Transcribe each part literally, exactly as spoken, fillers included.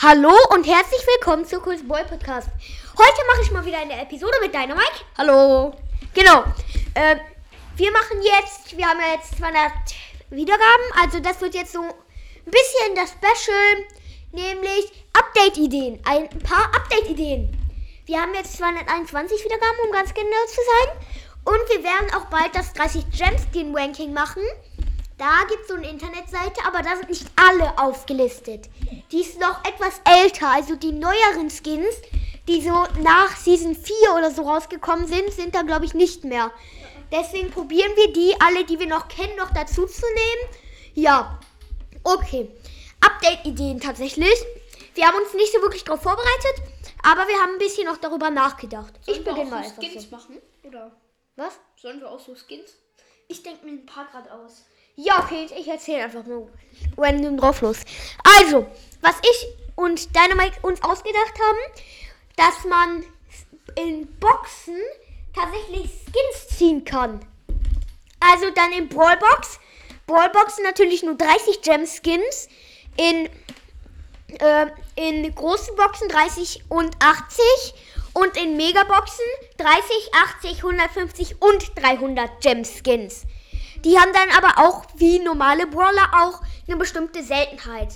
Hallo und herzlich willkommen zu Cool's Boy Podcast. Heute mache ich mal wieder eine Episode mit Dynamite. Hallo. Genau. Äh, wir machen jetzt, wir haben ja jetzt zweihundert Wiedergaben, also das wird jetzt so ein bisschen das Special, nämlich Update-Ideen. Ein paar Update-Ideen. Wir haben jetzt zweihunderteinundzwanzig Wiedergaben, um ganz genau zu sein. Und wir werden auch bald das dreißig Gem-Skin-Ranking machen. Da gibt es so eine Internetseite, aber da sind nicht alle aufgelistet. Die ist noch etwas älter, also die neueren Skins, die so nach Season vier oder so rausgekommen sind, sind da glaube ich nicht mehr. Deswegen probieren wir die, alle die wir noch kennen, noch dazu zu nehmen. Ja, okay. Update-Ideen tatsächlich. Wir haben uns nicht so wirklich darauf vorbereitet, aber wir haben ein bisschen noch darüber nachgedacht. Sollen ich beginne mal so einfach Skins so. machen? Oder Was? sollen wir auch so Skins? Ich denke mir ein paar gerade aus. Ja, okay, ich erzähle einfach nur random drauf los. Also, was ich und Dynamite uns ausgedacht haben, dass man in Boxen tatsächlich Skins ziehen kann. Also dann in Brawlbox. Brawlboxen natürlich nur dreißig Gem-Skins. In, äh, in großen Boxen dreißig und achtzig. Und in Megaboxen dreißig, achtzig, hundertfünfzig und dreihundert Gem-Skins. Die haben dann aber auch, wie normale Brawler, auch eine bestimmte Seltenheit.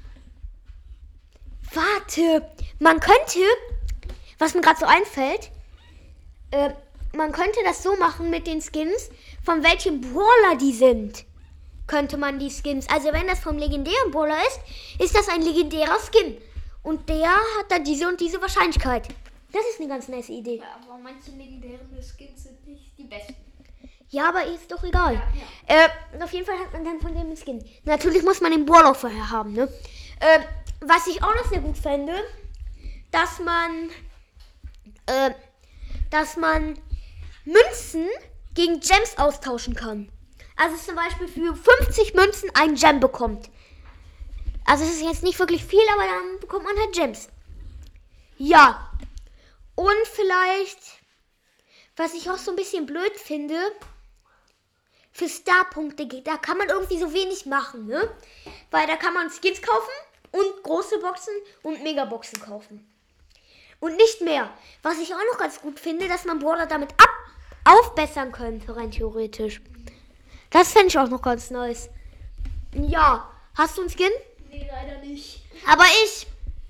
Warte, man könnte, was mir gerade so einfällt, äh, man könnte das so machen mit den Skins, von welchem Brawler die sind, könnte man die Skins. Also wenn das vom legendären Brawler ist, ist das ein legendärer Skin. Und der hat dann diese und diese Wahrscheinlichkeit. Das ist eine ganz nice Idee. Ja, aber meinst du, legendäre Skins sind nicht die besten? Ja, aber ist doch egal. Ja, ja. Äh, auf jeden Fall hat man dann von dem Skin. Natürlich muss man den Brawler vorher haben, ne? Äh, was ich auch noch sehr gut fände, dass man, äh, dass man Münzen gegen Gems austauschen kann. Also zum Beispiel für fünfzig Münzen ein Gem bekommt. Also es ist jetzt nicht wirklich viel, aber dann bekommt man halt Gems. Ja. Und vielleicht, was ich auch so ein bisschen blöd finde, für Starpunkte geht, da kann man irgendwie so wenig machen, ne? Weil da kann man Skins kaufen und große Boxen und Megaboxen kaufen. Und nicht mehr. Was ich auch noch ganz gut finde, dass man Brawler damit ab aufbessern könnte, rein theoretisch. Das fände ich auch noch ganz nice. Ja, hast du einen Skin? Nee, leider nicht. Aber ich.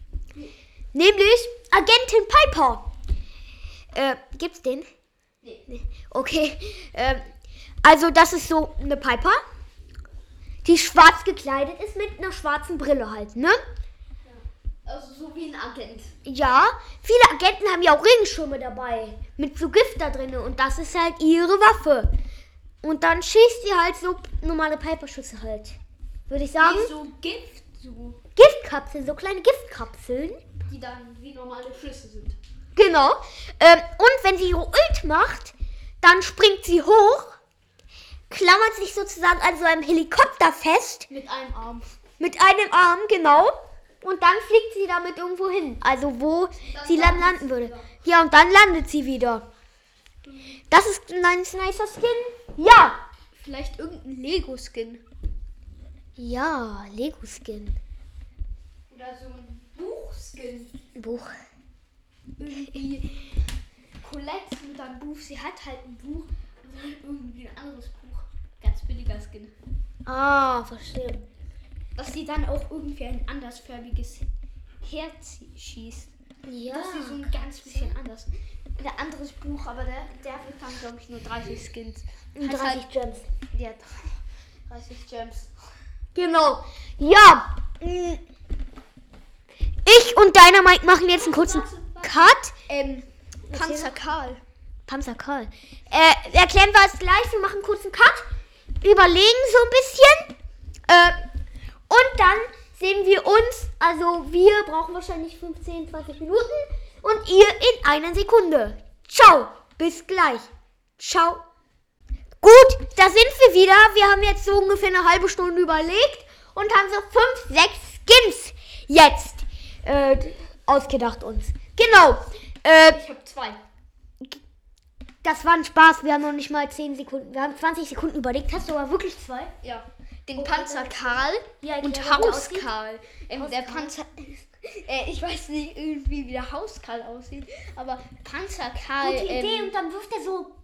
Nämlich Agentin Piper. Äh, gibt's den? Nee. Nee. Okay. Ähm. Also das ist so eine Piper, die schwarz gekleidet ist mit einer schwarzen Brille halt, ne? Ja. Also so wie ein Agent. Ja, viele Agenten haben ja auch Regenschirme dabei, mit so Gift da drin und das ist halt ihre Waffe. Und dann schießt sie halt so normale Piper-Schüsse halt, würde ich sagen. Nee, so Gift, so. Giftkapseln, so kleine Giftkapseln. Die dann wie normale Schüsse sind. Genau. Ähm, und wenn sie ihre Ult macht, dann springt sie hoch, klammert sich sozusagen an so einem Helikopter fest. Mit einem Arm. Mit einem Arm, genau. Und dann fliegt sie damit irgendwo hin. Also wo Dann sie dann landen würde. Wieder. Ja, und dann landet sie wieder. Das ist ein nice, nicer Skin. Ja. Vielleicht irgendein Lego-Skin. Ja, Lego-Skin. Oder so ein Buch-Skin. Buch. Irgendwie Colette mit einem Buch. Sie hat halt ein Buch. Und dann irgendwie ein anderes Buch. Ganz billiger Skin. Ah, verstehe. Dass sie dann auch irgendwie ein andersfarbiges Herz schießt. Ja. Das ist so ein ganz bisschen anders. Ein anderes Buch, aber der, der bekommt, glaube ich, nur dreißig Skins. Und Hat dreißig halt- Gems. Ja, dreißig Gems. Genau. Ja. mm. Ich und Dynamite machen jetzt einen kurzen Cut. Ähm, Panzer Karl. Panzer Karl. Äh, erklären wir es gleich. Wir machen einen kurzen Cut. Überlegen so ein bisschen. Äh, und dann sehen wir uns. Also wir brauchen wahrscheinlich fünfzehn, zwanzig Minuten. Und ihr in einer Sekunde. Ciao. Bis gleich. Ciao. Gut, da sind wir wieder. Wir haben jetzt so ungefähr eine halbe Stunde überlegt. Und haben so fünf, sechs Skins jetzt äh, ausgedacht uns. Genau. Äh, Ich habe zwei. Das war ein Spaß. Wir haben noch nicht mal zehn Sekunden. Wir haben zwanzig Sekunden überlegt. Hast du aber wirklich zwei? Ja. den Okay, Panzer das- Karl Ja, und erklär, wie der Haus aussieht. Karl. Ähm, Haus der Karl. Panzer, äh, ich weiß nicht irgendwie, wie der Haus Karl aussieht, aber Panzer Karl. Gute Idee, ähm, und dann wirft er so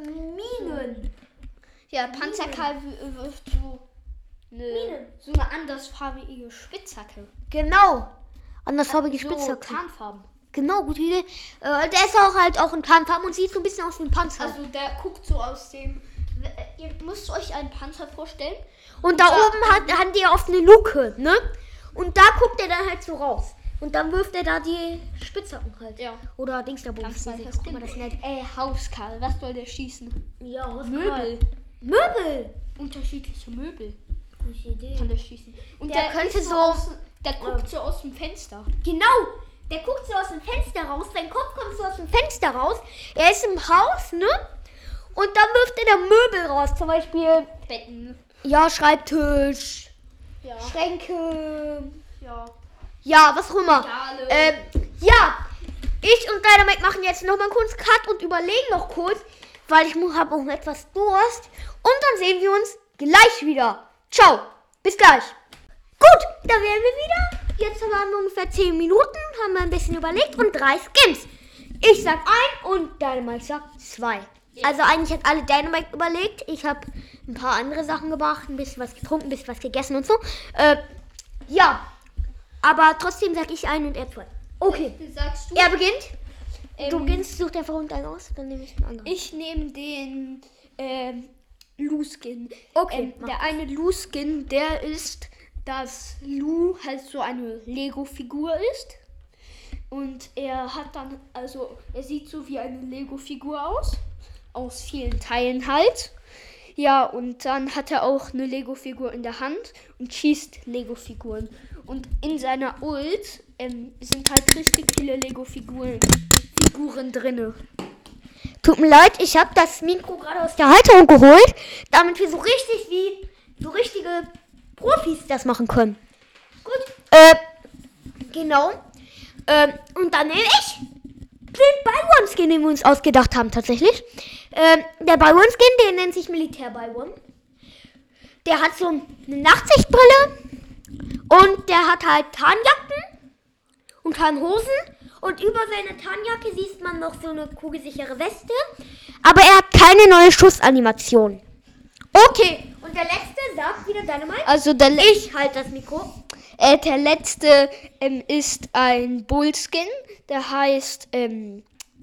Minen. Ja, Panzer Minen. Karl w- wirft so eine, Minen. so eine andersfarbige Spitzhacke. Genau. Andersfarbige So Spitzhacke. Tarnfarben. Genau, gute Idee. Äh, der ist auch halt auch in Tarnfarben und sieht so ein bisschen aus wie ein Panzer. Also der guckt so aus dem. äh, Ihr müsst euch einen Panzer vorstellen. und da da- oben hat, haben die oft eine Luke, ne? Und da guckt er dann halt so raus. Und dann wirft er da die Spitzhacken halt. Ja. Oder Dings da Ganz Guck weicher mal, das Skin. nett. Ey, Haus Karl, was soll der schießen? Ja, was Möbel. Möbel. Unterschiedliche Möbel Gute Idee. kann der schießen. Und Der der, könnte ist so- Aus, der guckt so aus dem Fenster. Genau. Der guckt so aus dem Fenster raus. Sein Kopf kommt so aus dem Fenster raus. Er ist im Haus, ne? Und dann wirft er da Möbel raus. Zum Beispiel, Betten. ja, Schreibtisch, Ja. Schränke. Ja. Ja, was auch immer. Regale. Ähm, ja, ich und Dynamite machen jetzt nochmal kurz Cut und überlegen noch kurz, weil ich habe auch etwas Durst. Und dann sehen wir uns gleich wieder. Ciao, bis gleich. Gut, da wären wir wieder. Jetzt waren wir ungefähr zehn Minuten, haben wir ein bisschen überlegt und drei Skins. Ich sag ein und Dynamite sagt zwei. Also eigentlich hat alle Dynamite überlegt. Ich habe ein paar andere Sachen gemacht, ein bisschen was getrunken, ein bisschen was gegessen und so. Äh, ja, aber trotzdem sag ich ein und er zwei. Okay, Sagst du? er beginnt. ähm, Du beginnst, such dir einfach einen aus, dann nehme ich den anderen. Ich nehme den ähm, Lu-Skin. Okay, Ähm, mach der eine Lu-Skin, der ist, dass Lu halt so eine Lego-Figur ist. Und er hat dann, also er sieht so wie eine Lego-Figur aus. Aus vielen Teilen halt. Ja, und dann hat er auch eine Lego-Figur in der Hand und schießt Lego-Figuren. Und in seiner Ult ähm, sind halt richtig viele Lego-Figuren Figuren drinne. Tut mir leid, ich habe das Mikro gerade aus der Halterung geholt, damit wir so richtig wie so richtige Profis das machen können. Gut. Äh, genau. Ähm, und dann nehme ich den Byron-Skin, den wir uns ausgedacht haben, tatsächlich. Ähm, der Byron-Skin, der nennt sich Militär-Byron. Der hat so eine Nachtsichtbrille und der hat halt Tarnjacken und Tarnhosen. Und über seine Tarnjacke sieht man noch so eine kugelsichere Weste. Aber er hat keine neue Schussanimation. Okay, und der letzte sagt wieder Dynamite. Also der, le Ich halte das Mikro. äh, der letzte ähm, ist ein Bull-Skin. Der heißt ähm,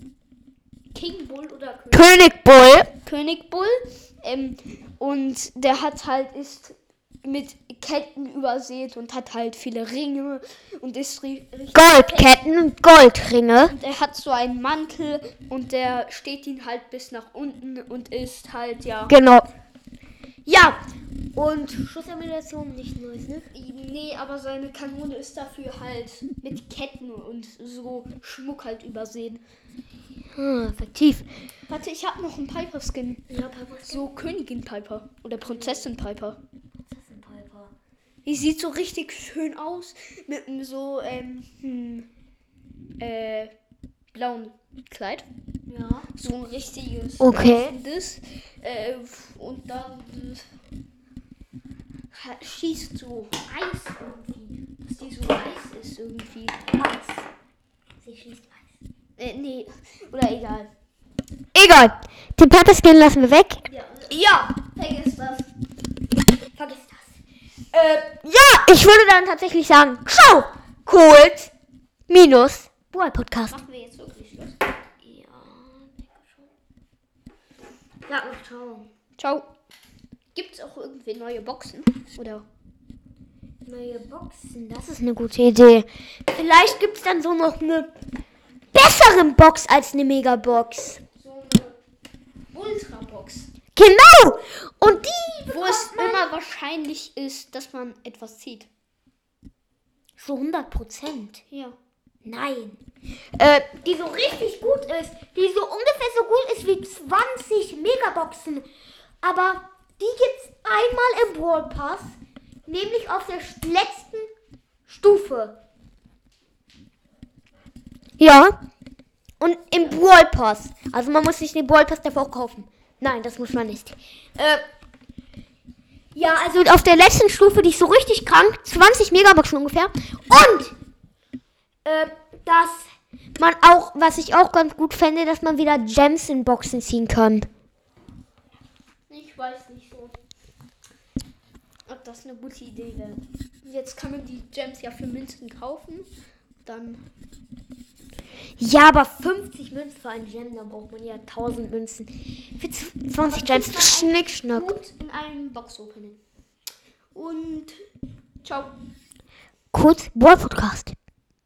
King Bull oder König, König Bull. König Bull. Ähm, und der hat halt, ist mit Ketten übersät und hat halt viele Ringe und ist ri- richtig. Goldketten und Goldringe. Und er hat so einen Mantel und der steht ihn halt bis nach unten und ist halt, ja. Genau. Ja. Und Schussanimation nicht neues, ne? Nee, aber seine Kanone ist dafür halt mit Ketten und so Schmuck halt übersehen. Hm, effektiv. Warte, ich habe noch einen Piper-Skin. Ja, Piper. So Königin Piper oder Prinzessin Piper. Prinzessin Piper. Die sieht so richtig schön aus mit einem so ähm, hm, äh, blauen Kleid. Ja. So ein richtiges. Okay. Das, äh, und dann äh, ha- schießt so Eis irgendwie. Dass die so weiß ist irgendwie. Weiß. Sie schießt weiß. Äh, nee, oder egal. Egal. Den Piper-Skin lassen wir weg. Ja, Ja. vergiss das. Vergiss das. Äh, ja, ich würde dann tatsächlich sagen, ciao, Kult, minus, Boy Podcast. Machen wir jetzt wirklich Schluss. Ja, denke schon. Sag noch ciao. Ciao. Gibt's auch irgendwie neue Boxen? Oder? Neue Boxen, das ist eine gute Idee. Vielleicht gibt es dann so noch eine bessere Box als eine Megabox. So eine Ultra-Box. Genau! Und die Wo es bekommt man immer wahrscheinlich ist, dass man etwas zieht. so hundert Prozent. Ja. Nein. Äh, die so richtig gut ist. Die so ungefähr so gut ist wie zwanzig Megaboxen. Aber die gibt's einmal im Brawl Pass. Nämlich auf der st- letzten Stufe. Ja. Und im Brawl Pass. Also man muss sich den Brawl Pass dafür auch kaufen. Nein, das muss man nicht. Äh, Ja, also auf der letzten Stufe, die ist so richtig krank, zwanzig Megaboxen ungefähr. Und äh, dass man auch, was ich auch ganz gut fände, dass man wieder Gems in Boxen ziehen kann. Ich weiß nicht so, ob das eine gute Idee wäre. Jetzt kann man die Gems ja für Münzen kaufen. Dann. Ja, aber fünfzig Münzen für einen Gem, dann braucht man ja tausend Münzen. Für zwanzig Gems, schnick, schnack. Gut in einem Box-Opening. Und ciao. Kurz Boy Podcast.